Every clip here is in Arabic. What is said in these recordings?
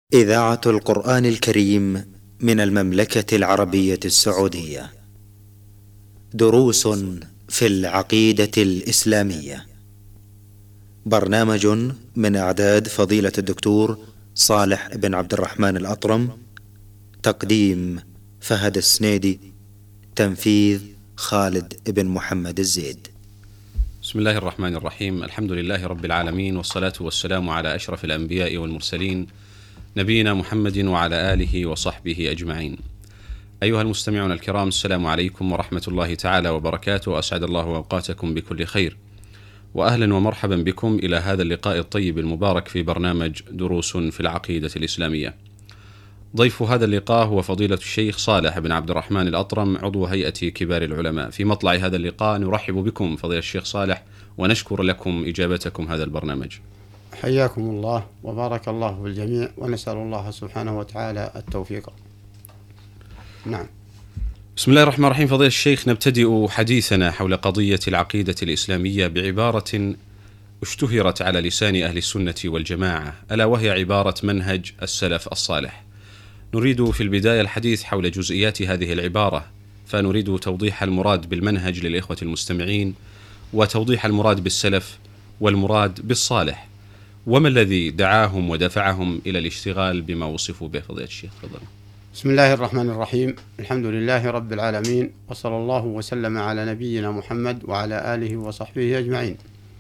إذاعة القرآن الكريم من المملكة العربية السعودية. دروس في العقيدة الإسلامية. برنامج من إعداد فضيلة الدكتور صالح بن عبد الرحمن الأطرم. تقديم فهد السنيدي. تنفيذ خالد بن محمد الزيد. بسم الله الرحمن الرحيم. الحمد لله رب العالمين، والصلاة والسلام على أشرف الأنبياء والمرسلين، نبينا محمد وعلى آله وصحبه أجمعين. أيها المستمعون الكرام، السلام عليكم ورحمة الله تعالى وبركاته. أسعد الله أوقاتكم بكل خير، وأهلا ومرحبا بكم إلى هذا اللقاء الطيب المبارك في برنامج دروس في العقيدة الإسلامية. ضيف هذا اللقاء هو فضيلة الشيخ صالح بن عبد الرحمن الأطرم، عضو هيئة كبار العلماء. في مطلع هذا اللقاء نرحب بكم فضيلة الشيخ صالح، ونشكر لكم إجابتكم هذا البرنامج. حياكم الله وبارك الله بالجميع، ونسأل الله سبحانه وتعالى التوفيق. نعم. بسم الله الرحمن الرحيم. فضيلة الشيخ، نبتدئ حديثنا حول قضية العقيدة الإسلامية بعبارة اشتهرت على لسان أهل السنة والجماعة، ألا وهي عبارة منهج السلف الصالح. نريد في البداية الحديث حول جزئيات هذه العبارة، فنريد توضيح المراد بالمنهج للإخوة المستمعين، وتوضيح المراد بالسلف والمراد بالصالح، وما الذي دعاهم ودفعهم إلى الاشتغال بما وصفوا به. فضيلة الشيخ تفضل. بسم الله الرحمن الرحيم. الحمد لله رب العالمين، وصلى الله وسلم على نبينا محمد وعلى آله وصحبه أجمعين.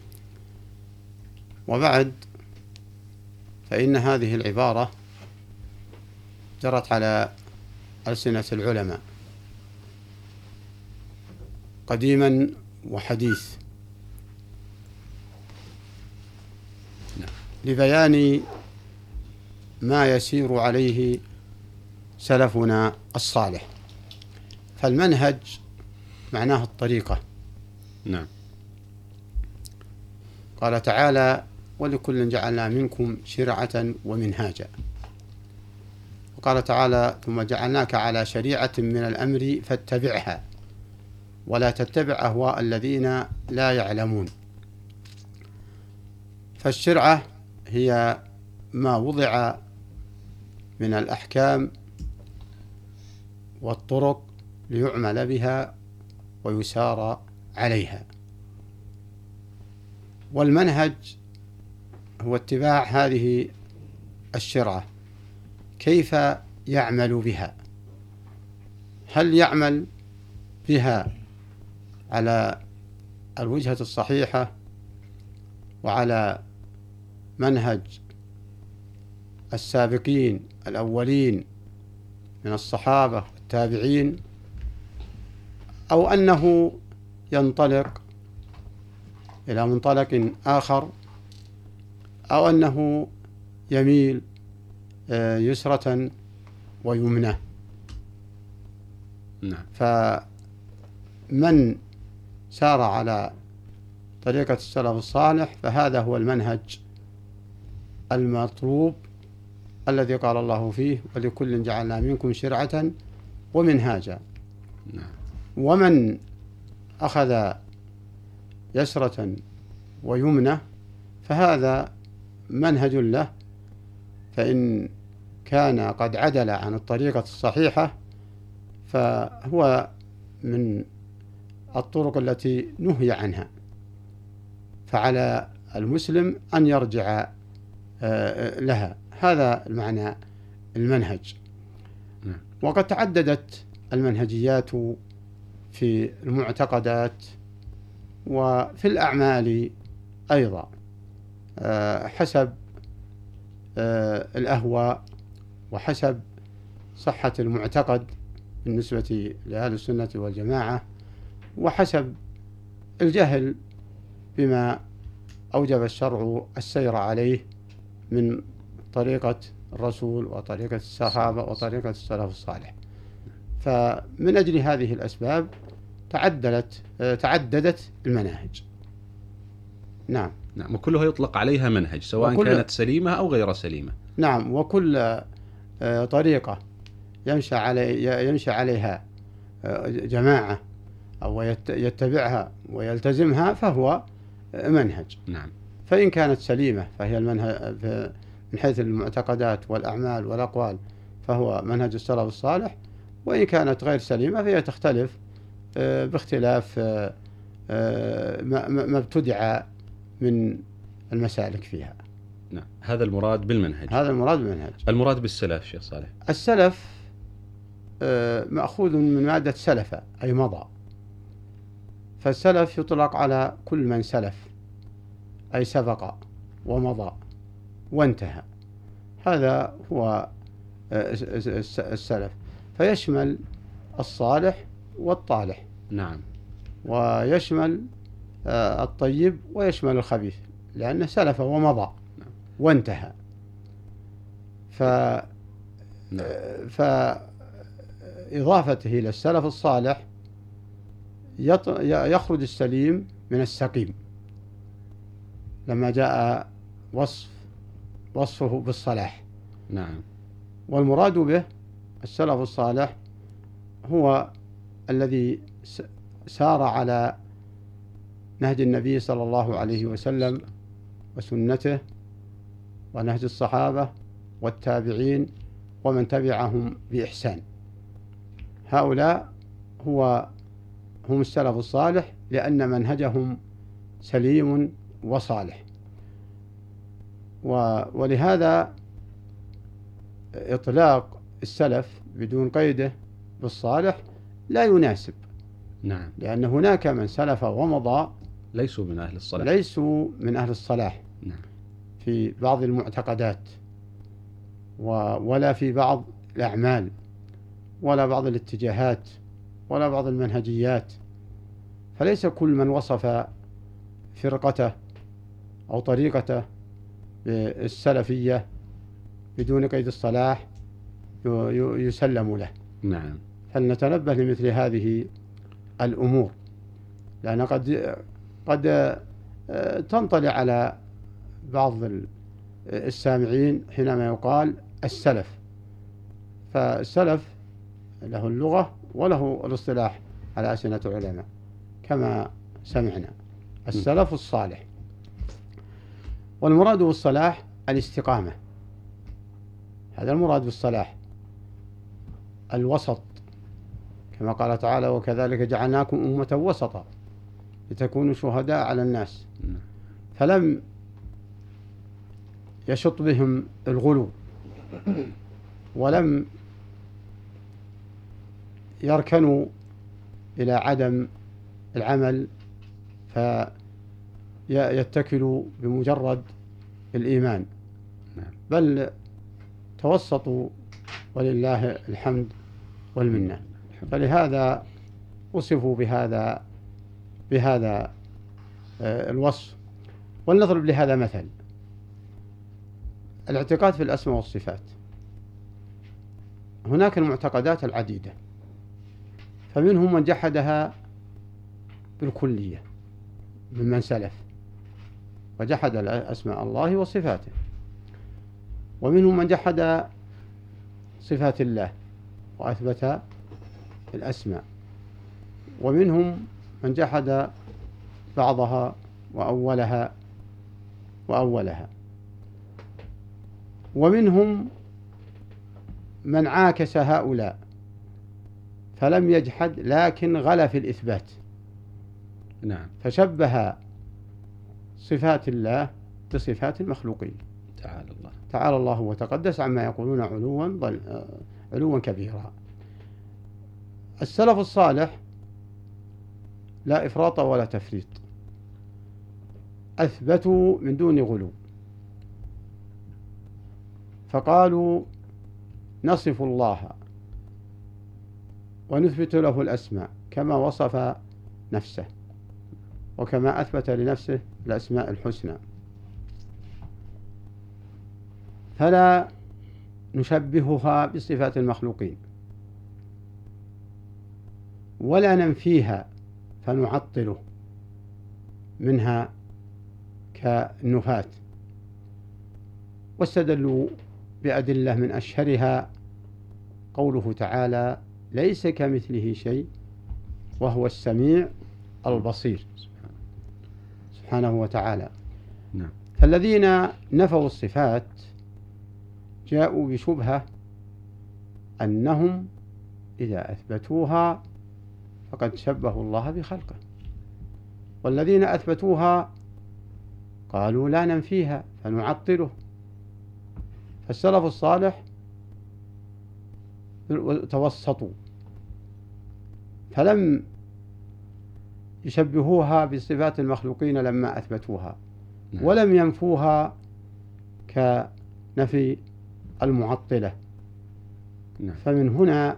وبعد، فإن هذه العبارة جرت على ألسنة العلماء قديما وحديث لبيان ما يسير عليه سلفنا الصالح. فالمنهج معناه الطريقة. نعم. قال تعالى: ولكل جعلنا منكم شرعة ومنهاجا. وقال تعالى: ثم جعلناك على شريعة من الأمر فاتبعها ولا تتبع أهواء الذين لا يعلمون. فالشرعة هي ما وضع من الأحكام والطرق ليعمل بها ويسار عليها، والمنهج هو اتباع هذه الشرعة. كيف يعمل بها؟ هل يعمل بها على الوجهة الصحيحة وعلى منهج السابقين الأولين من الصحابة والتابعين، أو أنه ينطلق إلى منطلق آخر، أو أنه يميل يسرة ويمنى؟ نعم. فمن سار على طريقة السلف الصالح فهذا هو المنهج المطلوب الذي قال الله فيه: ولكل جعلنا منكم شرعة ومنهاجا. نعم. ومن أخذ يسرة ويمنى فهذا منهج له، فإن كان قد عدل عن الطريقة الصحيحة فهو من الطرق التي نهي عنها، فعلى المسلم أن يرجع لها. هذا المعنى المنهج. وقد تعددت المنهجيات في المعتقدات وفي الأعمال أيضا، حسب الأهواء وحسب صحة المعتقد بالنسبة لأهل السنة والجماعة، وحسب الجهل بما أوجب الشرع السير عليه من طريقة الرسول وطريقة الصحابة وطريقة السلف الصالح. فمن أجل هذه الأسباب تعددت المناهج. نعم. نعم. وكلها يطلق عليها منهج، سواء كانت سليمة أو غير سليمة. نعم. وكل طريقة يمشي عليها جماعة أو يتبعها ويلتزمها فهو منهج. نعم. فإن كانت سليمة فهي المنهج من حيث المعتقدات والأعمال والأقوال فهو منهج السلف الصالح، وإن كانت غير سليمة فهي تختلف باختلاف ما ابتدع من المسالك فيها. نعم، هذا المراد بالمنهج. هذا المراد بالمنهج. المراد بالسلف شيخ صالح؟ السلف مأخوذ من مادة سلف أي مضى، فالسلف يطلق على كل من سلف أي سبق ومضى وانتهى، هذا هو السلف، فيشمل الصالح والطالح. نعم. ويشمل الطيب ويشمل الخبيث، لأنه سلف ومضى وانتهى. فإضافته إلى السلف الصالح يخرج السليم من السقيم، لما جاء وصفه بالصلاح. نعم. والمراد به السلف الصالح هو الذي سار على نهج النبي صلى الله عليه وسلم وسنته ونهج الصحابة والتابعين ومن تبعهم بإحسان. هؤلاء هم السلف الصالح، لأن منهجهم سليم وصالح. ولهذا إطلاق السلف بدون قيده بالصالح لا يناسب. نعم. لأن هناك من سلف ومضى ليسوا من أهل الصلاح، ليسوا من أهل الصلاح. نعم. في بعض المعتقدات ولا في بعض الأعمال ولا بعض الاتجاهات ولا بعض المنهجيات. فليس كل من وصف فرقته أو طريقته بالسلفية بدون قيد الصلاح يسلم له. نعم. فلنتنبه لمثل هذه الأمور، لأن قد تنطلع على بعض السامعين حينما يقال السلف، فالسلف له اللغة وله الاصطلاح على ألسنة علماء كما سمعنا. السلف الصالح، والمراد بالصلاح الاستقامة، هذا المراد بالصلاح، الوسط، كما قال تعالى: وكذلك جعلناكم أمة وسطا لتكونوا شهداء على الناس. فلم يشط بهم الغلو ولم يركنوا إلى عدم العمل فيتكلوا بمجرد الإيمان، بل توسطوا ولله الحمد والمنة. فلهذا وصفوا بهذا الوصف. ولنضرب لهذا مثل: الاعتقاد في الأسماء والصفات. هناك المعتقدات العديدة، فمنهم من جحدها بالكلية ممن سلف وجحد أسماء الله وصفاته، ومنهم من جحد صفات الله وأثبت الأسماء، ومنهم من جحد بعضها وأولها، ومنهم من عاكس هؤلاء فلم يجحد لكن غلا في الإثبات. نعم. فشبه صفات الله بصفات المخلوقين. تعالى الله وتقدس عما يقولون علوا كبيرا. السلف الصالح لا إفراط ولا تفريط، أثبتوا من دون غلو، فقالوا: نصف الله ونثبت له الأسماء كما وصف نفسه وكما أثبت لنفسه الأسماء الحسنى، فلا نشبهها بصفات المخلوقين ولا ننفيها فنعطله منها كالنفاة. واستدلوا بأدلة من أشهرها قوله تعالى: ليس كمثله شيء وهو السميع البصير سبحانه وتعالى. نعم. فالذين نفوا الصفات جاءوا بشبهة أنهم إذا أثبتوها فقد شبهوا الله بخلقه، والذين أثبتوها قالوا لا ننفيها فنعطله. فالسلف الصالح توسطوا فلم يشبهوها بصفات المخلوقين لما أثبتوها، ولم ينفوها كنفي المعطلة. فمن هنا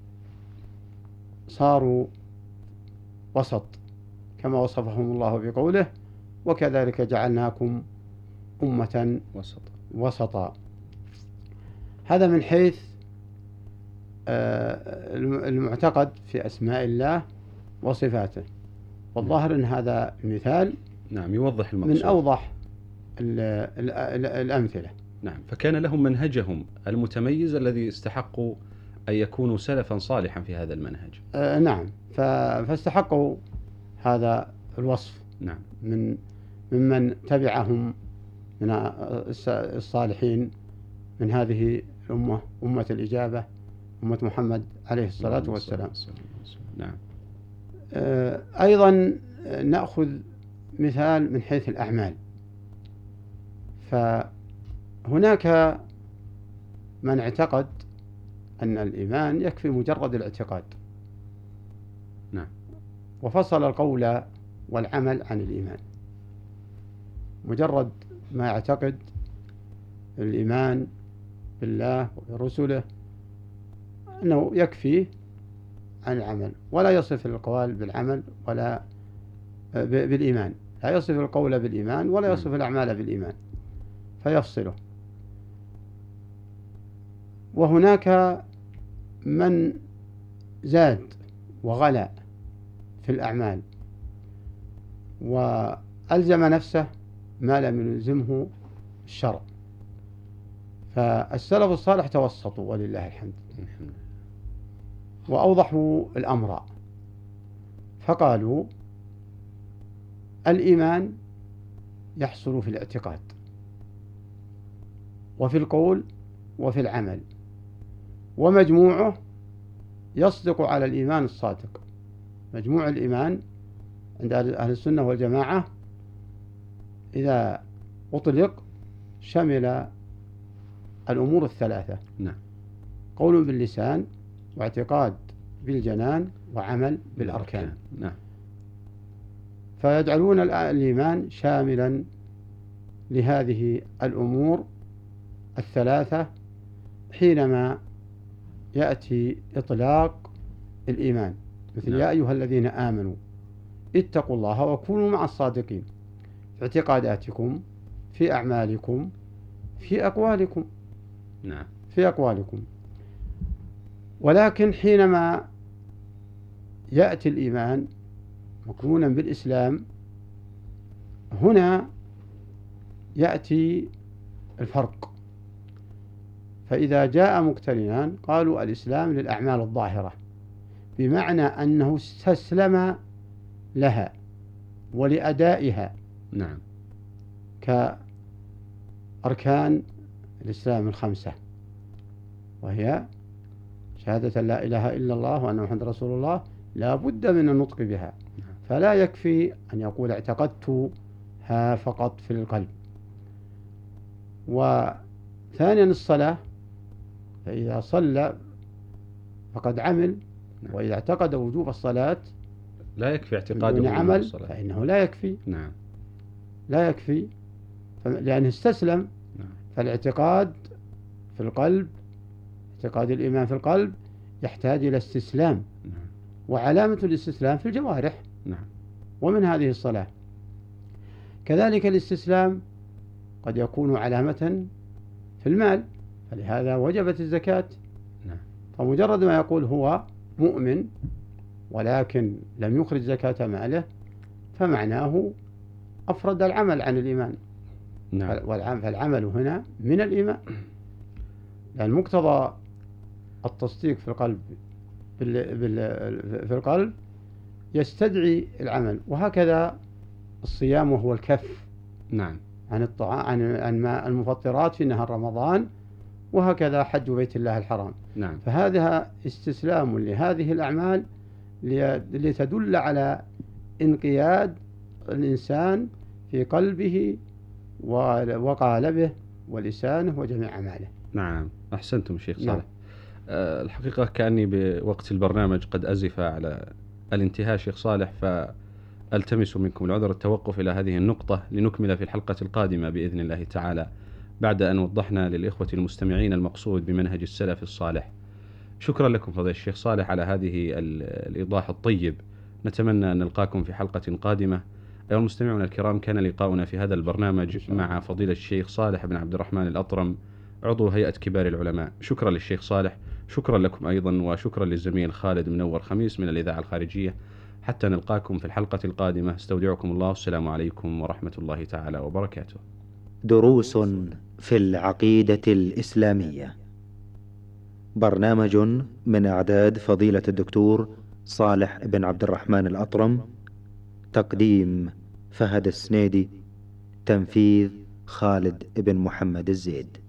صاروا وسط كما وصفهم الله بقوله: وكذلك جعلناكم أمة وسطا. هذا من حيث المعتقد في أسماء الله وصفاته، والظاهر أن هذا المثال يوضح المقصود من أوضح الأمثلة. فكان لهم منهجهم المتميز الذي استحقوا أن يكونوا سلفا صالحا في هذا المنهج. فاستحقوا هذا الوصف ممن تبعهم من الصالحين من هذه الأمة، أمة الإجابة، أمة محمد عليه الصلاة والسلام. أيضا نأخذ مثال من حيث الأعمال. فهناك من اعتقد أن الإيمان يكفي مجرد الاعتقاد، وفصل القول والعمل عن الإيمان. مجرد ما يعتقد الإيمان بالله وبرسله أنه يكفي عن العمل، ولا يصف القول بالعمل ولا بالإيمان، لا يصف القول بالإيمان ولا يصف الأعمال بالإيمان، فيفصله. وهناك من زاد وغلا في الأعمال وألزم نفسه ما لم يلزمه الشرع. فالسلف الصالح توسطوا ولله الحمد، وأوضحوا الأمر، فقالوا الإيمان يحصل في الاعتقاد وفي القول وفي العمل، ومجموعه يصدق على الإيمان الصادق. مجموع الإيمان عند أهل السنة والجماعة إذا أطلق شمل الأمور الثلاثة: قول باللسان، واعتقاد بالجنان، وعمل بالأركان. فيجعلون الإيمان شاملا لهذه الأمور الثلاثة حينما يأتي إطلاق الإيمان، مثل يا أيها الذين آمنوا اتقوا الله وكونوا مع الصادقين في اعتقاداتكم، في أعمالكم، في أقوالكم. في أقوالكم. ولكن حينما يأتي الإيمان مقرونا بالإسلام، هنا يأتي الفرق. فإذا جاء مقترنان قالوا الإسلام للأعمال الظاهرة، بمعنى أنه استسلم لها ولأدائها، كأركان الإسلام الخمسة، وهي شهادة لا إله إلا الله وأن محمد رسول الله، لا بد من النطق بها، فلا يكفي أن يقول اعتقدتها فقط في القلب. وثانيا الصلاة، فإذا صلى فقد عمل، وإذا اعتقد وجوب الصلاة لا يكفي اعتقاده بدون عمل فإنه لا يكفي. لا يكفي لأنه استسلم. فالاعتقاد في القلب، اعتقاد الإيمان في القلب، يحتاج إلى استسلام، وعلامة الاستسلام في الجوارح، ومن هذه الصلاة. كذلك الاستسلام قد يكون علامة في المال، فلهذا وجبت الزكاة. فمجرد ما يقول هو مؤمن ولكن لم يخرج زكاة ماله، فمعناه أفرد العمل عن الإيمان. فالعمل هنا من الإيمان، لأن مقتضى التصديق في القلب في القلب يستدعي العمل. وهكذا الصيام، وهو الكف عن الطعام، عن المفطرات في نهار رمضان، وهكذا حج بيت الله الحرام. نعم. فهذا استسلام لهذه الأعمال لتدل على انقياد الإنسان في قلبه وقالبه ولسانه وجميع أعماله. نعم، أحسنتم شيخ صالح. نعم. الحقيقة كأني بوقت البرنامج قد أزف على الانتهاء شيخ صالح، فألتمس منكم العذر التوقف إلى هذه النقطة لنكمل في الحلقة القادمة بإذن الله تعالى، بعد أن وضحنا للإخوة المستمعين المقصود بمنهج السلف الصالح. شكرا لكم فضيلة الشيخ صالح على هذه الإيضاح الطيب. نتمنى أن نلقاكم في حلقة قادمة. أيها المستمعون الكرام، كان لقاؤنا في هذا البرنامج مع فضيلة الشيخ صالح بن عبد الرحمن الأطرم، عضو هيئة كبار العلماء. شكرا للشيخ صالح، شكرا لكم أيضا، وشكرا للزميل خالد منور خميس من الإذاعة الخارجية. حتى نلقاكم في الحلقة القادمة، استودعكم الله، السلام عليكم ورحمة الله تعالى وبركاته. دروس في العقيدة الإسلامية، برنامج من إعداد فضيلة الدكتور صالح بن عبد الرحمن الأطرم، تقديم فهد السنيدي، تنفيذ خالد بن محمد الزيد.